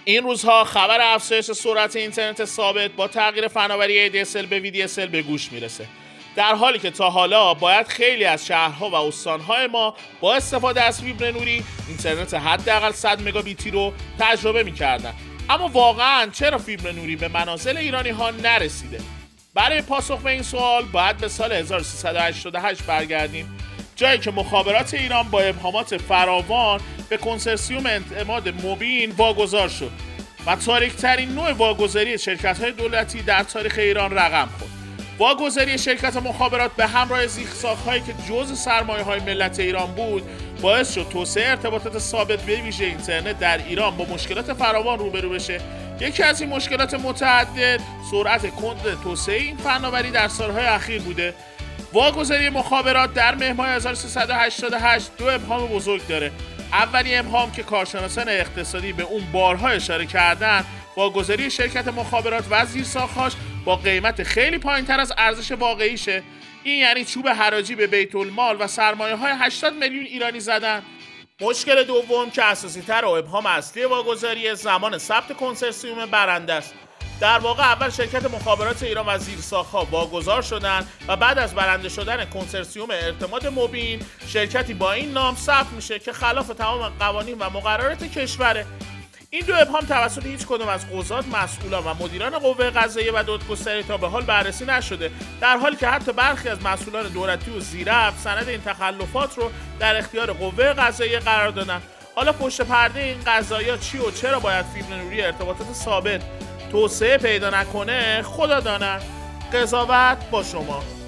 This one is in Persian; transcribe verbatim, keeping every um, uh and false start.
این روزها خبر افزایش سرعت اینترنت ثابت با تغییر فناوری ای دی اس ال به وی دی اس ال به گوش میرسه، در حالی که تا حالا باید خیلی از شهرها و استانهای ما با استفاده از فیبر نوری اینترنت حداقل صد مگابیتی رو تجربه میکردن. اما واقعاً چرا فیبر نوری به منازل ایرانی ها نرسیده؟ برای پاسخ به این سوال باید به سال هزار و سیصد و هشتاد و هشت برگردیم، جایی که مخابرات ایران با ابهامات فراوان به کنسرسیوم اعتماد مبین واگذار شد و تاریک‌ترین نوع واگذاری شرکت‌های دولتی در تاریخ ایران رقم خورد. واگذاری شرکت مخابرات به همراه زیرساخت‌هایی که جزء سرمایه‌های ملت ایران بود، باعث شد توسعه ارتباطات ثابت به ویژه اینترنت در ایران با مشکلات فراوان روبرو بشه. یکی از این مشکلات متعدد سرعت کند توسعه این فناوری در سالهای اخیر بوده. واگذاری مخابرات در مهر ماه هزار و سیصد و هشتاد و هشت دو ابهام بزرگ داره. اولی ابهام که کارشناسان اقتصادی به اون بارها اشاره کردن، واگذاری شرکت مخابرات و زیرساخت‌هاش با قیمت خیلی پایین‌تر از ارزش واقعیشه. این یعنی چوب حراجی به بیت المال و سرمایه‌های هشتاد میلیون ایرانی زدن. مشکل دوم که اساسی‌تر و ابهام اصلی واگذاری زمان ثبت کنسرسیوم برنده است. در واقع اول شرکت مخابرات ایران و زیرساخت‌ها واگذار شدند و بعد از برنده شدن کنسرسیوم اعتماد مبین، شرکتی با این نام ثبت میشه که خلاف تمام قوانین و مقررات کشوره. این دو ابهام توسط هیچ کدوم از قضات، مسئولان و مدیران قوه قضاییه و دادگستری تا به حال بررسی نشده، در حالی که حتی برخی از مسئولان دولتی و زیرفت سند این تخلفات رو در اختیار قوه قضاییه قرار دادن. حالا پشت پرده این قضایا چی و چرا باید فیبر نوری ارتباطات ثابت توسعه پیدا نکنه خدا داند. قضاوت با شما.